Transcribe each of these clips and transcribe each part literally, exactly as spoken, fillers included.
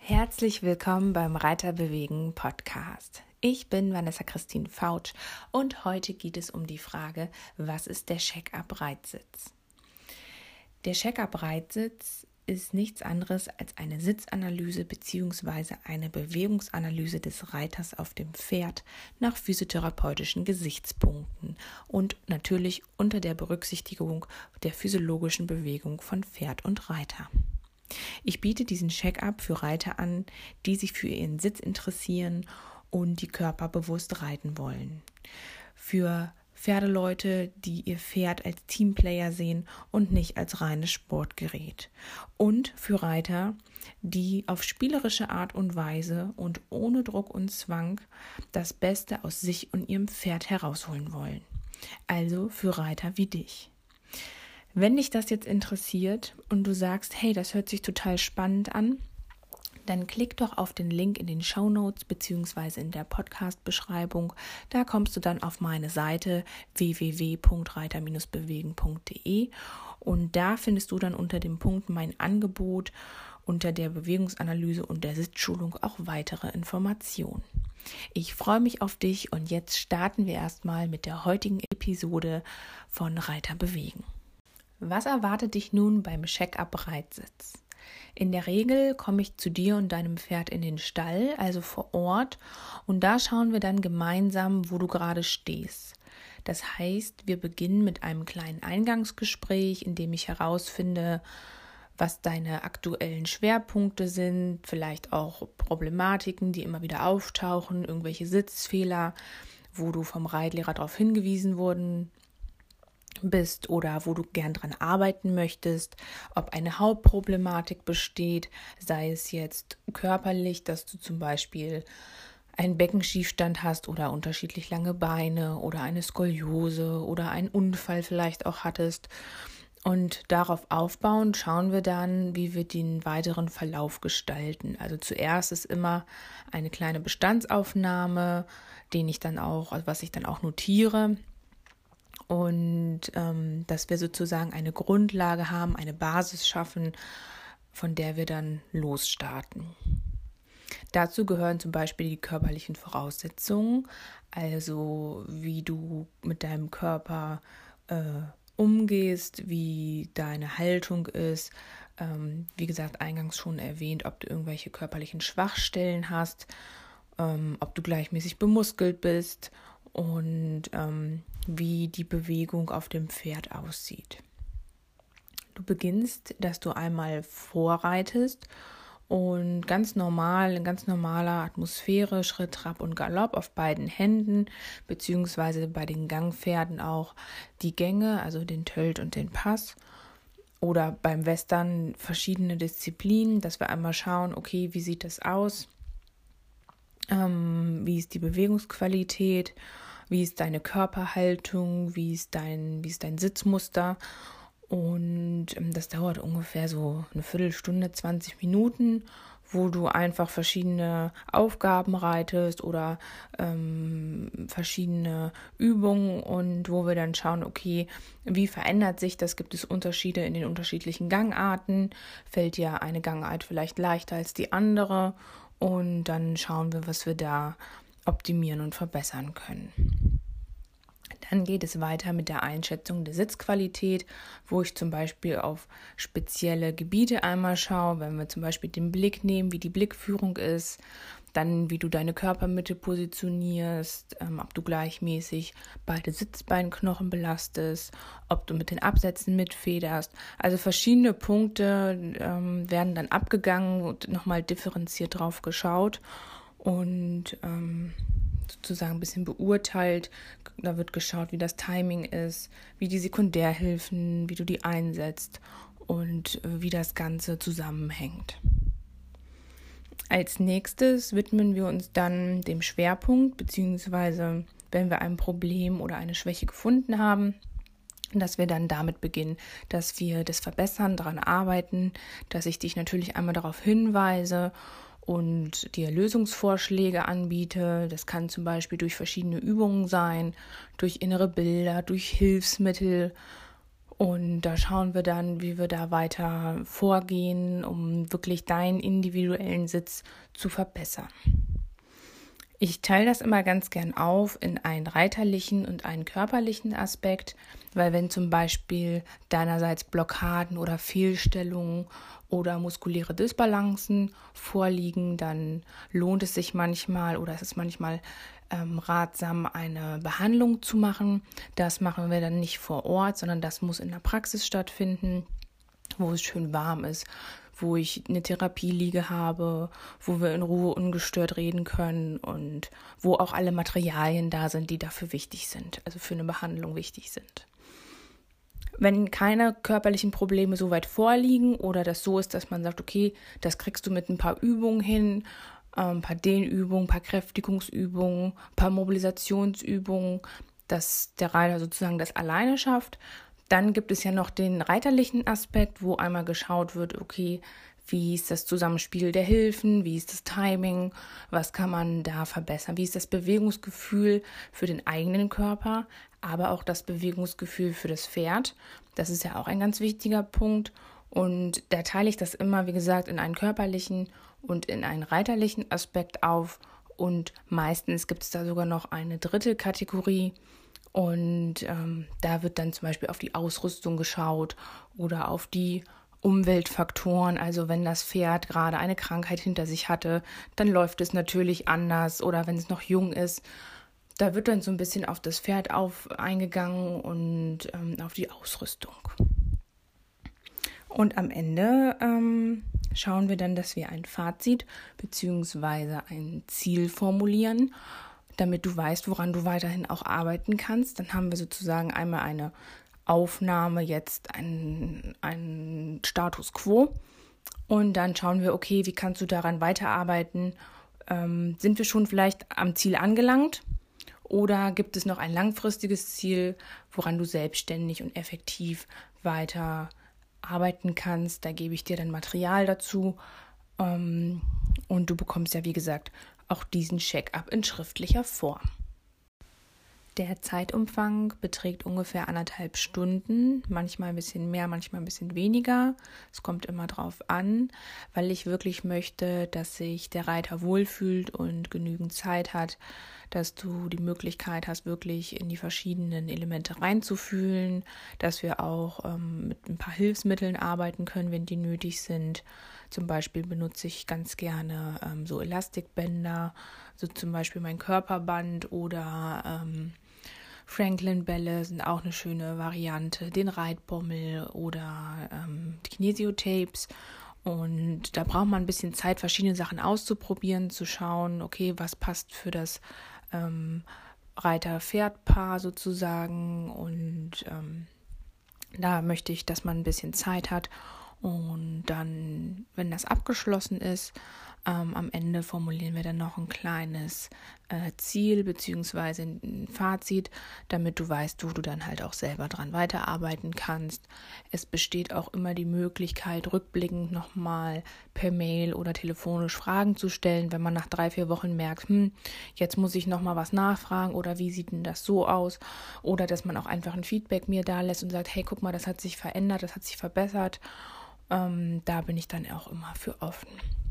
Herzlich willkommen beim Reiter bewegen Podcast. Ich bin Vanessa Christine Fautsch und heute geht es um die Frage, was ist der Check-up-Reitsitz? Der Check-up-Reitsitz ist nichts anderes als eine Sitzanalyse bzw. eine Bewegungsanalyse des Reiters auf dem Pferd nach physiotherapeutischen Gesichtspunkten und natürlich unter der Berücksichtigung der physiologischen Bewegung von Pferd und Reiter. Ich biete diesen Check-up für Reiter an, die sich für ihren Sitz interessieren und die körperbewusst reiten wollen. Für Pferdeleute, die ihr Pferd als Teamplayer sehen und nicht als reines Sportgerät. Und für Reiter, die auf spielerische Art und Weise und ohne Druck und Zwang das Beste aus sich und ihrem Pferd herausholen wollen. Also für Reiter wie dich. Wenn dich das jetzt interessiert und du sagst, hey, das hört sich total spannend an, dann klick doch auf den Link in den Shownotes bzw. in der Podcast-Beschreibung. Da kommst du dann auf meine Seite w w w punkt reiter Bindestrich bewegen punkt d e und da findest du dann unter dem Punkt mein Angebot unter der Bewegungsanalyse und der Sitzschulung auch weitere Informationen. Ich freue mich auf dich und jetzt starten wir erstmal mit der heutigen Episode von Reiter bewegen. Was erwartet dich nun beim Check-up-Reitsitz? In der Regel komme ich zu dir und deinem Pferd in den Stall, also vor Ort, und da schauen wir dann gemeinsam, wo du gerade stehst. Das heißt, wir beginnen mit einem kleinen Eingangsgespräch, in dem ich herausfinde, was deine aktuellen Schwerpunkte sind, vielleicht auch Problematiken, die immer wieder auftauchen, irgendwelche Sitzfehler, wo du vom Reitlehrer darauf hingewiesen wurden bist oder wo du gern dran arbeiten möchtest, ob eine Hauptproblematik besteht, sei es jetzt körperlich, dass du zum Beispiel einen Beckenschiefstand hast oder unterschiedlich lange Beine oder eine Skoliose oder einen Unfall vielleicht auch hattest. Und darauf aufbauend schauen wir dann, wie wir den weiteren Verlauf gestalten. Also zuerst ist immer eine kleine Bestandsaufnahme, den ich dann auch, also was ich dann auch notiere. Und ähm, dass wir sozusagen eine Grundlage haben, eine Basis schaffen, von der wir dann losstarten. Dazu gehören zum Beispiel die körperlichen Voraussetzungen, also wie du mit deinem Körper äh, umgehst, wie deine Haltung ist. Ähm, wie gesagt, eingangs schon erwähnt, ob du irgendwelche körperlichen Schwachstellen hast, ähm, ob du gleichmäßig bemuskelt bist und ähm, wie die Bewegung auf dem Pferd aussieht. Du beginnst, dass du einmal vorreitest und ganz normal, in ganz normaler Atmosphäre, Schritt, Trab und Galopp auf beiden Händen, beziehungsweise bei den Gangpferden auch die Gänge, also den Tölt und den Pass. Oder beim Western verschiedene Disziplinen, dass wir einmal schauen, okay, wie sieht das aus? Ähm, wie ist die Bewegungsqualität? Wie ist deine Körperhaltung? Wie ist dein, wie ist dein Sitzmuster? Und ähm, das dauert ungefähr so eine Viertelstunde, zwanzig Minuten, wo du einfach verschiedene Aufgaben reitest oder ähm, verschiedene Übungen und wo wir dann schauen, okay, wie verändert sich das? Gibt es Unterschiede in den unterschiedlichen Gangarten? Fällt dir eine Gangart vielleicht leichter als die andere? Und dann schauen wir, was wir da optimieren und verbessern können. Dann geht es weiter mit der Einschätzung der Sitzqualität, wo ich zum Beispiel auf spezielle Gebiete einmal schaue, wenn wir zum Beispiel den Blick nehmen, wie die Blickführung ist, dann wie du deine Körpermitte positionierst, ähm, ob du gleichmäßig beide Sitzbeinknochen belastest, ob du mit den Absätzen mitfederst. Also verschiedene Punkte ähm, werden dann abgegangen und nochmal differenziert drauf geschaut und ähm, sozusagen ein bisschen beurteilt. Da wird geschaut, wie das Timing ist, wie die Sekundärhilfen, wie du die einsetzt und wie das Ganze zusammenhängt. Als nächstes widmen wir uns dann dem Schwerpunkt, beziehungsweise wenn wir ein Problem oder eine Schwäche gefunden haben, dass wir dann damit beginnen, dass wir das verbessern, daran arbeiten, dass ich dich natürlich einmal darauf hinweise und dir Lösungsvorschläge anbiete. Das kann zum Beispiel durch verschiedene Übungen sein, durch innere Bilder, durch Hilfsmittel Und da schauen wir dann, wie wir da weiter vorgehen, um wirklich deinen individuellen Sitz zu verbessern. Ich teile das immer ganz gern auf in einen reiterlichen und einen körperlichen Aspekt, weil wenn zum Beispiel deinerseits Blockaden oder Fehlstellungen oder muskuläre Disbalancen vorliegen, dann lohnt es sich manchmal oder es ist manchmal ähm, ratsam, eine Behandlung zu machen. Das machen wir dann nicht vor Ort, sondern das muss in der Praxis stattfinden, wo es schön warm ist, wo ich eine Therapieliege habe, wo wir in Ruhe ungestört reden können und wo auch alle Materialien da sind, die dafür wichtig sind, also für eine Behandlung wichtig sind. Wenn keine körperlichen Probleme so weit vorliegen oder das so ist, dass man sagt, okay, das kriegst du mit ein paar Übungen hin, ein paar Dehnübungen, ein paar Kräftigungsübungen, ein paar Mobilisationsübungen, dass der Reiter sozusagen das alleine schafft, dann gibt es ja noch den reiterlichen Aspekt, wo einmal geschaut wird, okay, wie ist das Zusammenspiel der Hilfen, wie ist das Timing, was kann man da verbessern, wie ist das Bewegungsgefühl für den eigenen Körper, aber auch das Bewegungsgefühl für das Pferd. Das ist ja auch ein ganz wichtiger Punkt und da teile ich das immer, wie gesagt, in einen körperlichen und in einen reiterlichen Aspekt auf und meistens gibt es da sogar noch eine dritte Kategorie. Und ähm, da wird dann zum Beispiel auf die Ausrüstung geschaut oder auf die Umweltfaktoren. Also wenn das Pferd gerade eine Krankheit hinter sich hatte, dann läuft es natürlich anders. Oder wenn es noch jung ist, da wird dann so ein bisschen auf das Pferd auf eingegangen und ähm, auf die Ausrüstung. Und am Ende ähm, schauen wir dann, dass wir ein Fazit bzw. ein Ziel formulieren, damit du weißt, woran du weiterhin auch arbeiten kannst. Dann haben wir sozusagen einmal eine Aufnahme, jetzt einen, einen Status quo und dann schauen wir, okay, wie kannst du daran weiterarbeiten? Ähm, sind wir schon vielleicht am Ziel angelangt oder gibt es noch ein langfristiges Ziel, woran du selbstständig und effektiv weiter arbeiten kannst? Da gebe ich dir dann Material dazu ähm, und du bekommst ja, wie gesagt, auch diesen Check-up in schriftlicher Form. Der Zeitumfang beträgt ungefähr anderthalb Stunden, manchmal ein bisschen mehr, manchmal ein bisschen weniger. Es kommt immer drauf an, weil ich wirklich möchte, dass sich der Reiter wohlfühlt und genügend Zeit hat, dass du die Möglichkeit hast, wirklich in die verschiedenen Elemente reinzufühlen, dass wir auch ähm, mit ein paar Hilfsmitteln arbeiten können, wenn die nötig sind. Zum Beispiel benutze ich ganz gerne ähm, so Elastikbänder, so zum Beispiel mein Körperband oder ähm, Franklin-Bälle sind auch eine schöne Variante, den Reitbommel oder ähm, die Kinesiotapes. Und da braucht man ein bisschen Zeit, verschiedene Sachen auszuprobieren, zu schauen, okay, was passt für das ähm, Reiter-Pferd-Paar sozusagen. Und ähm, da möchte ich, dass man ein bisschen Zeit hat. Und dann, wenn das abgeschlossen ist, ähm, am Ende formulieren wir dann noch ein kleines äh, Ziel bzw. ein Fazit, damit du weißt, wo du dann halt auch selber dran weiterarbeiten kannst. Es besteht auch immer die Möglichkeit, rückblickend nochmal per Mail oder telefonisch Fragen zu stellen, wenn man nach drei, vier Wochen merkt, hm, jetzt muss ich nochmal was nachfragen oder wie sieht denn das so aus? Oder dass man auch einfach ein Feedback mir da lässt und sagt, hey, guck mal, das hat sich verändert, das hat sich verbessert. Ähm, da bin ich dann auch immer für offen.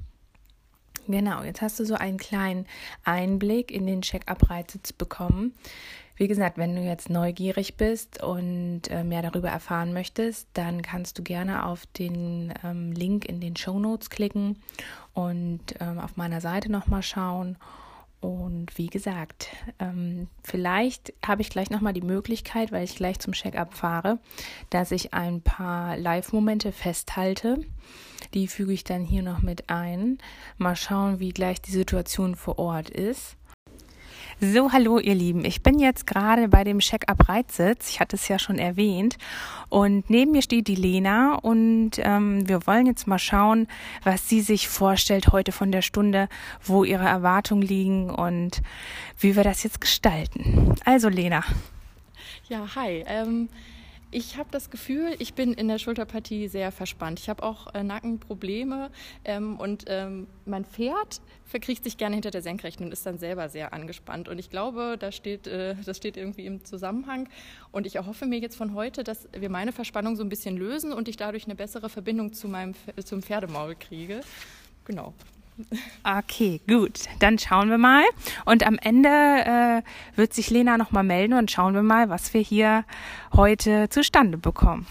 Genau, jetzt hast du so einen kleinen Einblick in den Check-up-Reitsitz bekommen. Wie gesagt, wenn du jetzt neugierig bist und äh, mehr darüber erfahren möchtest, dann kannst du gerne auf den ähm, Link in den Shownotes klicken und ähm, auf meiner Seite nochmal schauen. Und wie gesagt, ähm, vielleicht habe ich gleich nochmal die Möglichkeit, weil ich gleich zum Check-up fahre, dass ich ein paar Live-Momente festhalte. Die füge ich dann hier noch mit ein. Mal schauen, wie gleich die Situation vor Ort ist. So, hallo ihr Lieben, ich bin jetzt gerade bei dem Check-up-Reitsitz, ich hatte es ja schon erwähnt und neben mir steht die Lena und ähm, wir wollen jetzt mal schauen, was sie sich vorstellt heute von der Stunde, wo ihre Erwartungen liegen und wie wir das jetzt gestalten. Also Lena. Ja, hi. Ähm, Ich habe das Gefühl, ich bin in der Schulterpartie sehr verspannt. Ich habe auch äh, Nackenprobleme ähm, und ähm, mein Pferd verkriecht sich gerne hinter der Senkrechten und ist dann selber sehr angespannt. Und ich glaube, da steht, äh, das steht irgendwie im Zusammenhang. Und ich erhoffe mir jetzt von heute, dass wir meine Verspannung so ein bisschen lösen und ich dadurch eine bessere Verbindung zu meinem, zum Pferdemaul kriege. Genau. Okay, gut. Dann schauen wir mal. Und am Ende äh, wird sich Lena nochmal melden und schauen wir mal, was wir hier heute zustande bekommen.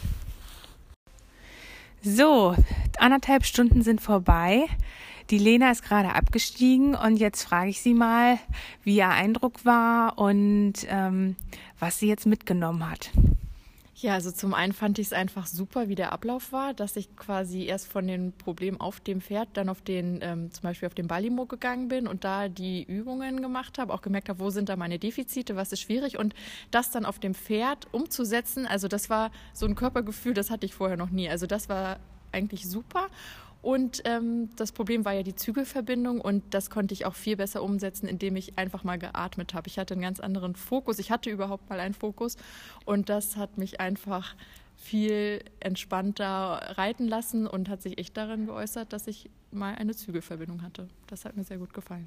So, anderthalb Stunden sind vorbei. Die Lena ist gerade abgestiegen und jetzt frage ich sie mal, wie ihr Eindruck war und ähm, was sie jetzt mitgenommen hat. Ja, also zum einen fand ich es einfach super, wie der Ablauf war, dass ich quasi erst von den Problemen auf dem Pferd, dann auf den, ähm, zum Beispiel auf den Balimo gegangen bin und da die Übungen gemacht habe, auch gemerkt habe, wo sind da meine Defizite, was ist schwierig und das dann auf dem Pferd umzusetzen, also das war so ein Körpergefühl, das hatte ich vorher noch nie, also das war eigentlich super. Und ähm, das Problem war ja die Zügelverbindung und das konnte ich auch viel besser umsetzen, indem ich einfach mal geatmet habe. Ich hatte einen ganz anderen Fokus, ich hatte überhaupt mal einen Fokus und das hat mich einfach viel entspannter reiten lassen und hat sich echt darin geäußert, dass ich mal eine Zügelverbindung hatte. Das hat mir sehr gut gefallen.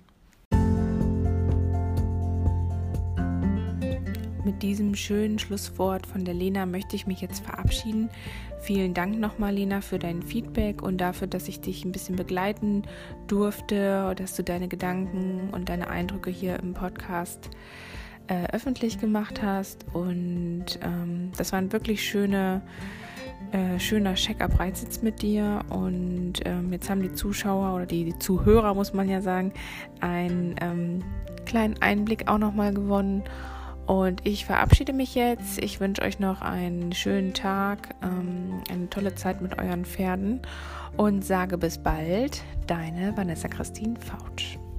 Mit diesem schönen Schlusswort von der Lena möchte ich mich jetzt verabschieden. Vielen Dank nochmal, Lena, für dein Feedback und dafür, dass ich dich ein bisschen begleiten durfte, dass du deine Gedanken und deine Eindrücke hier im Podcast äh, öffentlich gemacht hast. Und ähm, das war ein wirklich schöne, äh, schöner Check-up-Reitsitz mit dir. Und ähm, jetzt haben die Zuschauer oder die, die Zuhörer, muss man ja sagen, einen ähm, kleinen Einblick auch nochmal gewonnen. Und ich verabschiede mich jetzt. Ich wünsche euch noch einen schönen Tag, ähm, eine tolle Zeit mit euren Pferden und sage bis bald, deine Vanessa Christine Fautsch.